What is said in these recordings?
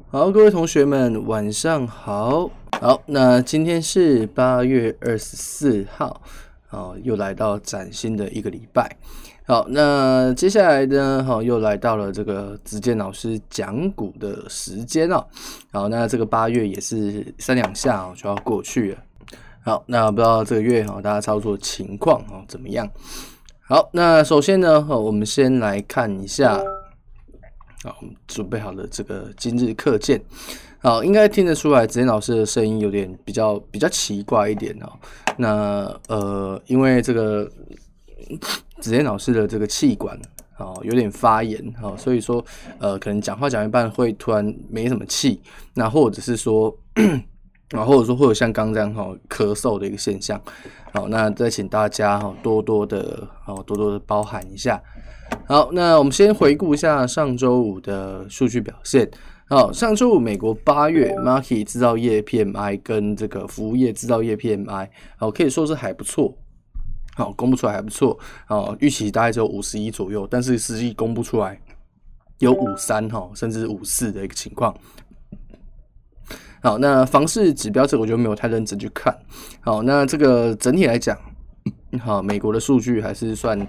好，各位同学们，晚上好。好，那今天是8月24号，又来到崭新的一个礼拜。好，那接下来呢，又来到了这个子健老师讲股的时间哦。好，那这个8月也是3两下就要过去了。好，那不知道这个月大家操作情况怎么样？好，那首先呢，我们先来看一下。好，我们准备好了这个今日课件。好，应该听得出来，子健老师的声音有点比较奇怪一点哦。那因为这个子健老师的这个气管有点发炎所以说可能讲话讲一半会突然没什么气，那或者是说或者说会有像刚这样咳嗽的一个现象。好，那再请大家多多的包涵一下。好，那我们先回顾一下上周五的数据表现。好，上周五美国8月 Markit 制造业 PMI 跟这个服务业制造业 PMI 可以说是还不错。好，公布出来还不错。预期大概只有51左右，但是实际公布出来有53甚至54的一个情况。好，那房市指标这个我就没有太认真去看。好，那这个整体来讲，美国的数据还是算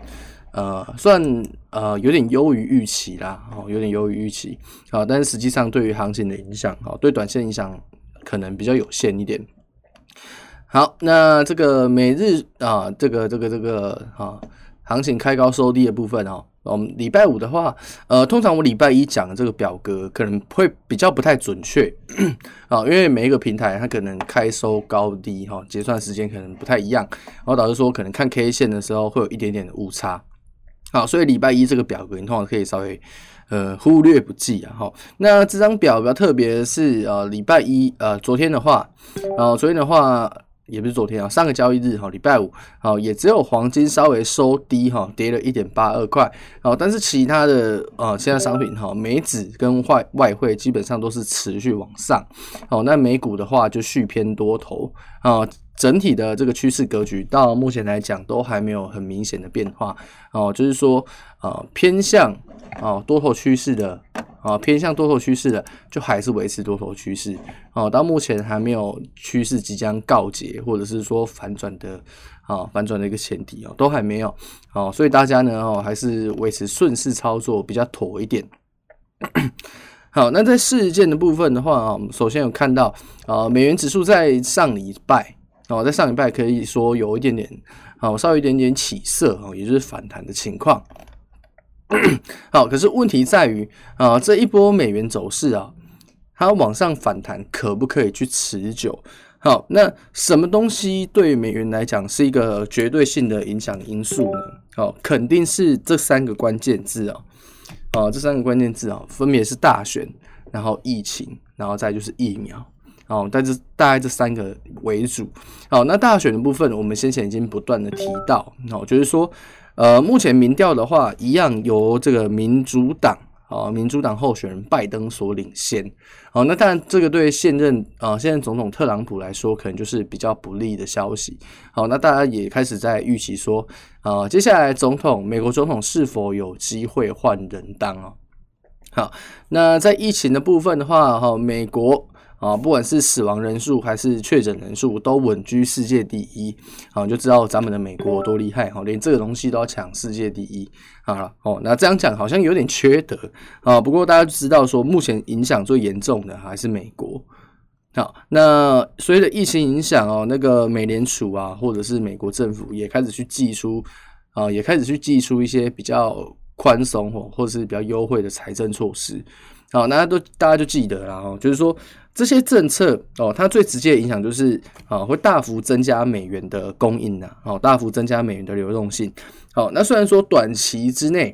有点优于预期啦，有点优于预期。好，但是实际上对于行情的影响，对短线影响可能比较有限一点。好，那这个每日这个行情开高收低的部分我们礼拜五的话，通常我礼拜一讲的这个表格可能会比较不太准确因为每一个平台它可能开收高低结算时间可能不太一样，然后导致说可能看 K 线的时候会有一点点的误差。好，所以礼拜一这个表格你通常可以稍微忽略不计那这张表比较特别的是礼拜一昨天的话也不是昨天上个交易日礼拜五也只有黄金稍微收低跌了 1.82 块但是其他的现在商品美指跟外汇基本上都是持续往上那美股的话就续偏多头整体的这个趋势格局到目前来讲都还没有很明显的变化就是说偏向多头趋势的就还是维持多头趋势到目前还没有趋势即将告结，或者是说反转的一个前提都还没有所以大家呢还是维持顺势操作比较妥一点。好，那在事件的部分的话我们首先有看到美元指数在上礼拜可以说有一点点稍微一点点起色也就是反弹的情况。好，可是问题在于这一波美元走势它往上反弹可不可以去持久？好，那什么东西对美元来讲是一个绝对性的影响因素呢？肯定是这3个关键字这3个关键字分别是大选，然后疫情，然后再就是疫苗但是大概这3个为主。好，那大选的部分我们先前已经不断的提到就是说目前民调的话一样由这个民主党候选人拜登所领先那当然这个对现任总统特朗普来说可能就是比较不利的消息那大家也开始在预期说接下来美国总统是否有机会换人当好，那在疫情的部分的话美国不管是死亡人数还是确诊人数都稳居世界第一就知道咱们的美国有多厉害连这个东西都要抢世界第一那这样讲好像有点缺德不过大家就知道说目前影响最严重的还是美国。好，那随着疫情影响那个美联储或者是美国政府也开始去祭出一些比较宽松或者是比较优惠的财政措施好，那大家就记得啦就是说这些政策它最直接的影响就是会大幅增加美元的供应大幅增加美元的流动性好，那虽然说短期之内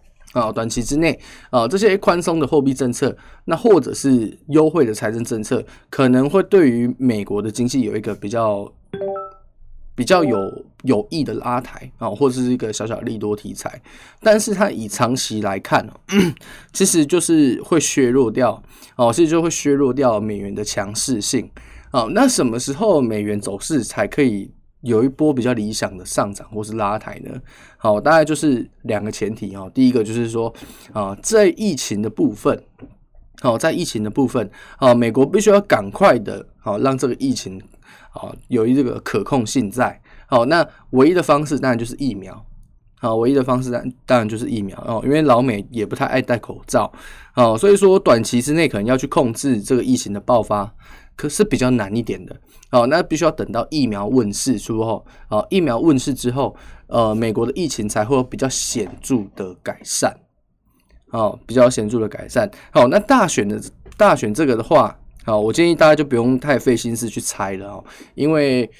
这些宽松的货币政策那或者是优惠的财政政策可能会对于美国的经济有一个比较有益的拉抬或者是一个小小的利多题材，但是它以长期来看其实就是会削弱掉美元的强势性那什么时候美元走势才可以有一波比较理想的上涨或是拉抬呢？好，大概就是2个前提第一个就是说在疫情的部分在疫情的部分，美国必须要赶快的，让这个疫情，有这个可控性在。那唯一的方式当然就是疫苗。唯一的方式当然就是疫苗因为老美也不太爱戴口罩所以说短期之内可能要去控制这个疫情的爆发，可是比较难一点的那必须要等到疫苗问世之后疫苗问世之后，美国的疫情才会有比较显著的改善比较显著的改善。那大选这个的话我建议大家就不用太费心思去猜了因为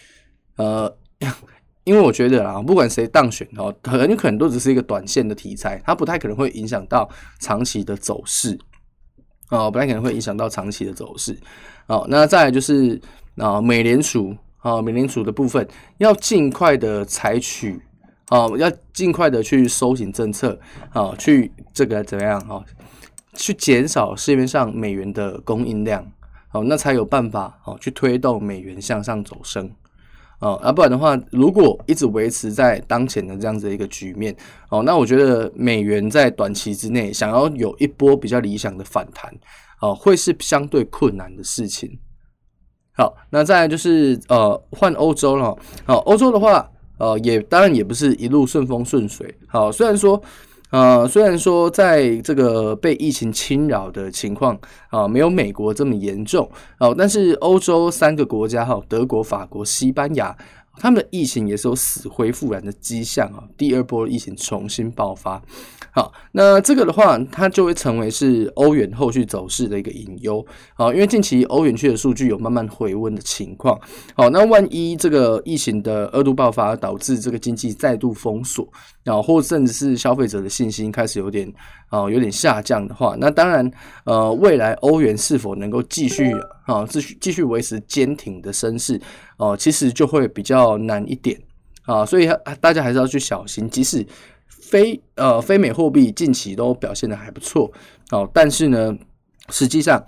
我觉得啦，不管谁当选很有可能都只是一个短线的题材，它不太可能会影响到长期的走势不太可能会影响到长期的走势那再来就是美联储的部分要尽快的采取要尽快的去收紧政策去这个怎么样去减少市面上美元的供应量那才有办法去推动美元向上走升不然的话，如果一直维持在当前的这样子的一个局面那我觉得美元在短期之内想要有一波比较理想的反弹会是相对困难的事情。好，那再来就是换欧洲了欧洲的话当然也不是一路顺风顺水虽然说在这个被疫情侵扰的情况没有美国这么严重但是欧洲3个国家德国、法国、西班牙他们的疫情也是有死灰复燃的迹象第二波的疫情重新爆发。好，那这个的话它就会成为是欧元后续走势的一个隐忧因为近期欧元区的数据有慢慢回温的情况那万一这个疫情的2度爆发导致这个经济再度封锁或甚至是消费者的信心开始有点下降的话，那当然未来欧元是否能够继续维持坚挺的升势其实就会比较难一点所以大家还是要去小心，即使非美货币近期都表现得还不错但是呢实际上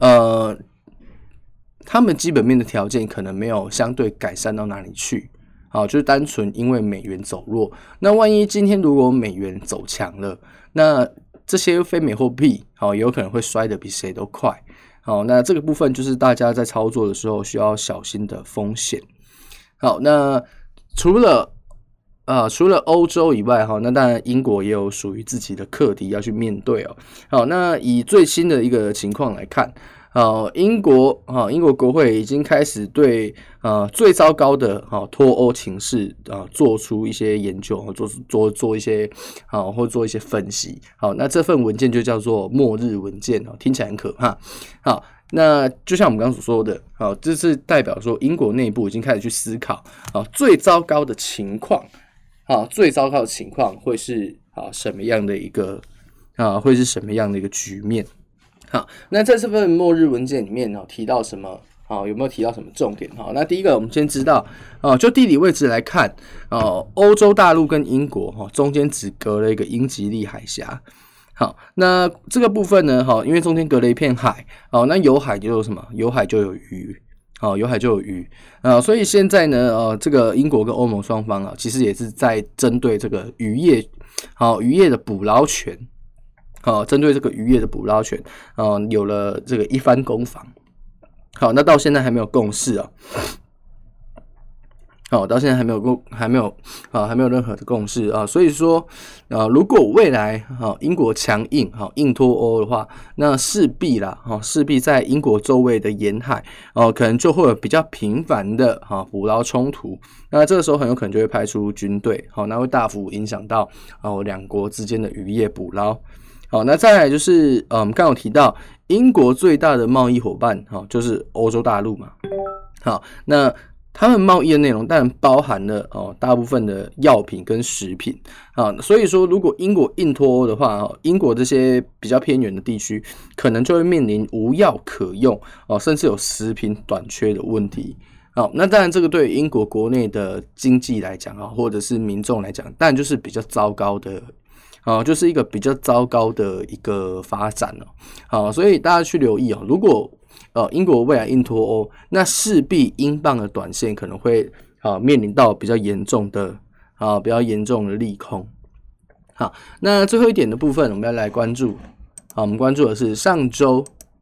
他们基本面的条件可能没有相对改善到哪里去就是单纯因为美元走弱。那万一今天如果美元走强了，那这些非美货币也有可能会摔得比谁都快那这个部分就是大家在操作的时候需要小心的风险。好，那除了欧洲以外那当然英国也有属于自己的课题要去面对好，那以最新的一个情况来看英国国会已经开始对最糟糕的脱欧情势做出一些研究做一些或做一些分析。好，那这份文件就叫做末日文件听起来很可怕。好，那就像我们刚刚所说的这是代表说英国内部已经开始去思考最糟糕的情况会是什么样的一个局面。好，那在这份末日文件里面提到什么有没有提到什么重点那第一个我们先知道就地理位置来看欧洲大陆跟英国中间只隔了一个英吉利海峡。好，那这个部分呢因为中间隔了一片海那有海就有什么？有海就有鱼所以现在呢这个英国跟欧盟双方其实也是在针对这个渔业的捕捞权针对这个渔业的捕捞权有了这个一番攻防。好，那到现在还没有共识到现在还没有任何的共识所以说如果未来英国强硬脱欧的话，那势必在英国周围的沿海可能就会有比较频繁的捕捞冲突。那这个时候很有可能就会派出军队那会大幅影响到两国之间的渔业捕捞。好，那再来就是刚刚有提到英国最大的贸易伙伴就是欧洲大陆嘛。好，那他们贸易的内容当然包含了大部分的药品跟食品所以说如果英国硬脱欧的话英国这些比较偏远的地区可能就会面临无药可用甚至有食品短缺的问题。好，那当然这个对于英国国内的经济来讲或者是民众来讲当然就是比较糟糕的就是一个比较糟糕的一个发展所以大家去留意如果英国未来硬脱欧，那势必英镑的短线可能会面临到比较严重的利空。好，那最后一点的部分我们要来关注我们关注的是上周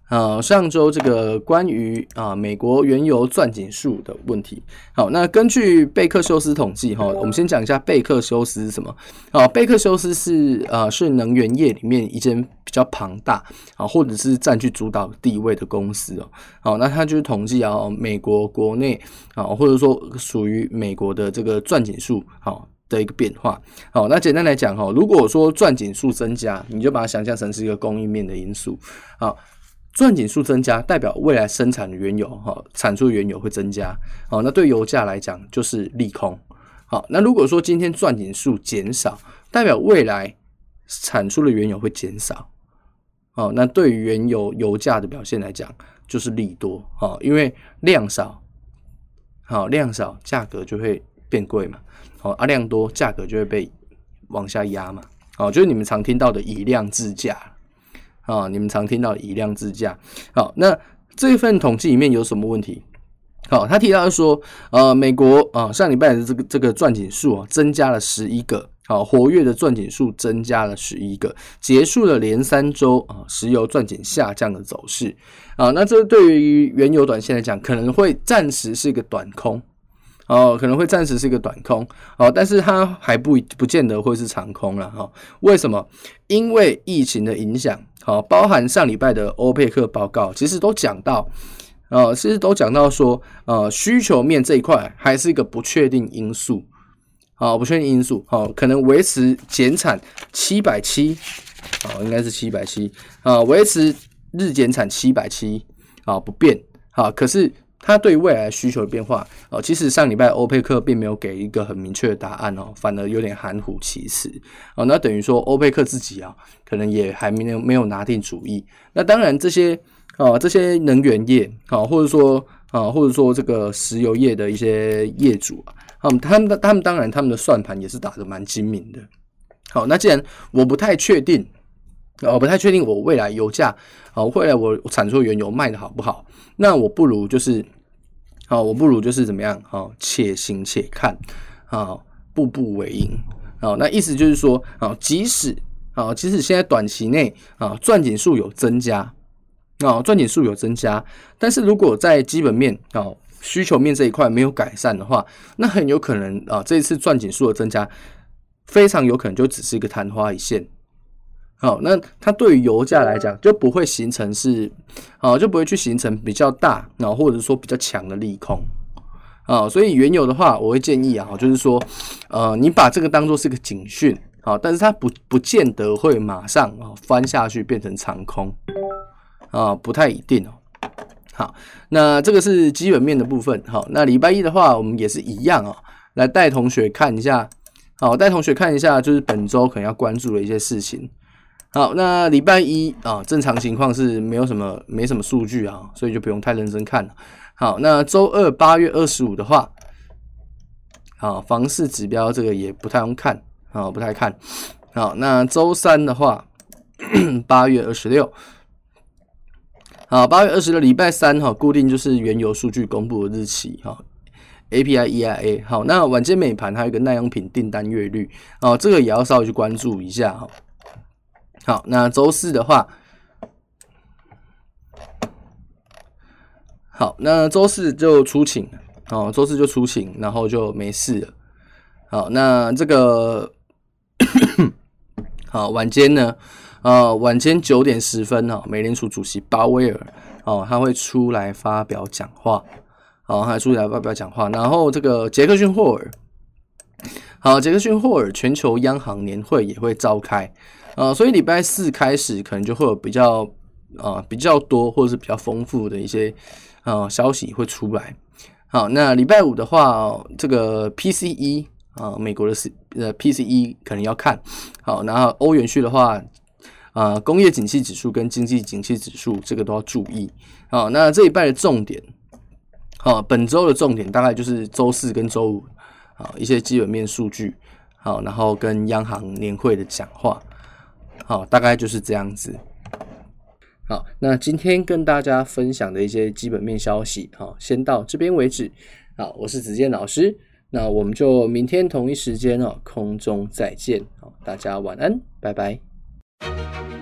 上周这个关于美国原油钻井数的问题。好，那根据贝克休斯统计我们先讲一下贝克休斯是什么。贝克休斯是能源业里面一间比较庞大或者是占据主导地位的公司好，那它就是统计美国国内或者说属于美国的这个钻井数的一个变化。好，那简单来讲如果说钻井数增加，你就把它想象成是一个供应面的因素。好，钻井数增加代表未来生产的原油产出的原油会增加。好，那对油价来讲就是利空。好，那如果说今天钻井数减少，代表未来产出的原油会减少。好，那对于原油油价的表现来讲就是利多。好，因为量少，价格就会变贵嘛。好，量多价格就会被往下压嘛。好，就是你们常听到的以量制价。你们常听到以量制价。好，那这份统计里面有什么问题？好，他提到说，美国上礼拜的这个钻井数增加了11个，活跃的钻井数增加了11个，结束了连3周石油钻井下降的走势。那这对于原油短线来讲，可能会暂时是一个短空。但是它还不见得会是长空了为什么？因为疫情的影响包含上礼拜的欧佩克报告，其实都讲到说需求面这一块还是一个不确定因素。可能维持减产770，应该是770维持日减产770不变可是它对未来需求的变化其实上礼拜欧佩克并没有给一个很明确的答案反而有点含糊其辞那等于说欧佩克自己可能也还没有拿定主意。那当然这些能源业或者说这个石油业的一些业主他们当然他们的算盘也是打得蛮精明的。好，那既然我不太确定我未来油价未来我产出的原油卖的好不好，那我不如就是怎么样且行且看步步为营那意思就是说即使现在短期内钻井数有增加但是如果在基本面需求面这一块没有改善的话，那很有可能这一次钻井数的增加非常有可能就只是一个昙花一现。那它对于油价来讲就不会形成比较大或者说比较强的利空所以原油的话我会建议就是说你把这个当作是个警讯但是它不见得会马上翻下去变成长空不太一定好，那这个是基本面的部分。好，那礼拜一的话我们也是一样来带同学看一下就是本周可能要关注的一些事情。好，那礼拜一正常情况是没什么数据所以就不用太认真看了。好，那周二8月25的话房市指标这个也不太用看不太看。好，那周三的话8月268月26礼拜三固定就是原油数据公布的日期API EIA。 好，那晚间美盘还有一个耐用品订单月率这个也要稍微去关注一下好，那周四的话周四就出勤然后就没事了。好，那这个好，晚间呢晚间9点10分美联储主席鲍威尔他会出来发表讲话然后这个杰克逊霍尔全球央行年会也会召开所以礼拜四开始可能就会有比较多或者是比较丰富的一些消息会出来。好，那礼拜五的话这个 PCE美国的PCE 可能要看。好，然后欧元区的话工业景气指数跟经济景气指数这个都要注意。好，那这一拜的重点本周的重点大概就是周四跟周五一些基本面数据好，然后跟央行年会的讲话好，大概就是这样子。好，那今天跟大家分享的一些基本面消息先到这边为止。好，我是子健老师，那我们就明天同一时间空中再见大家晚安，拜拜。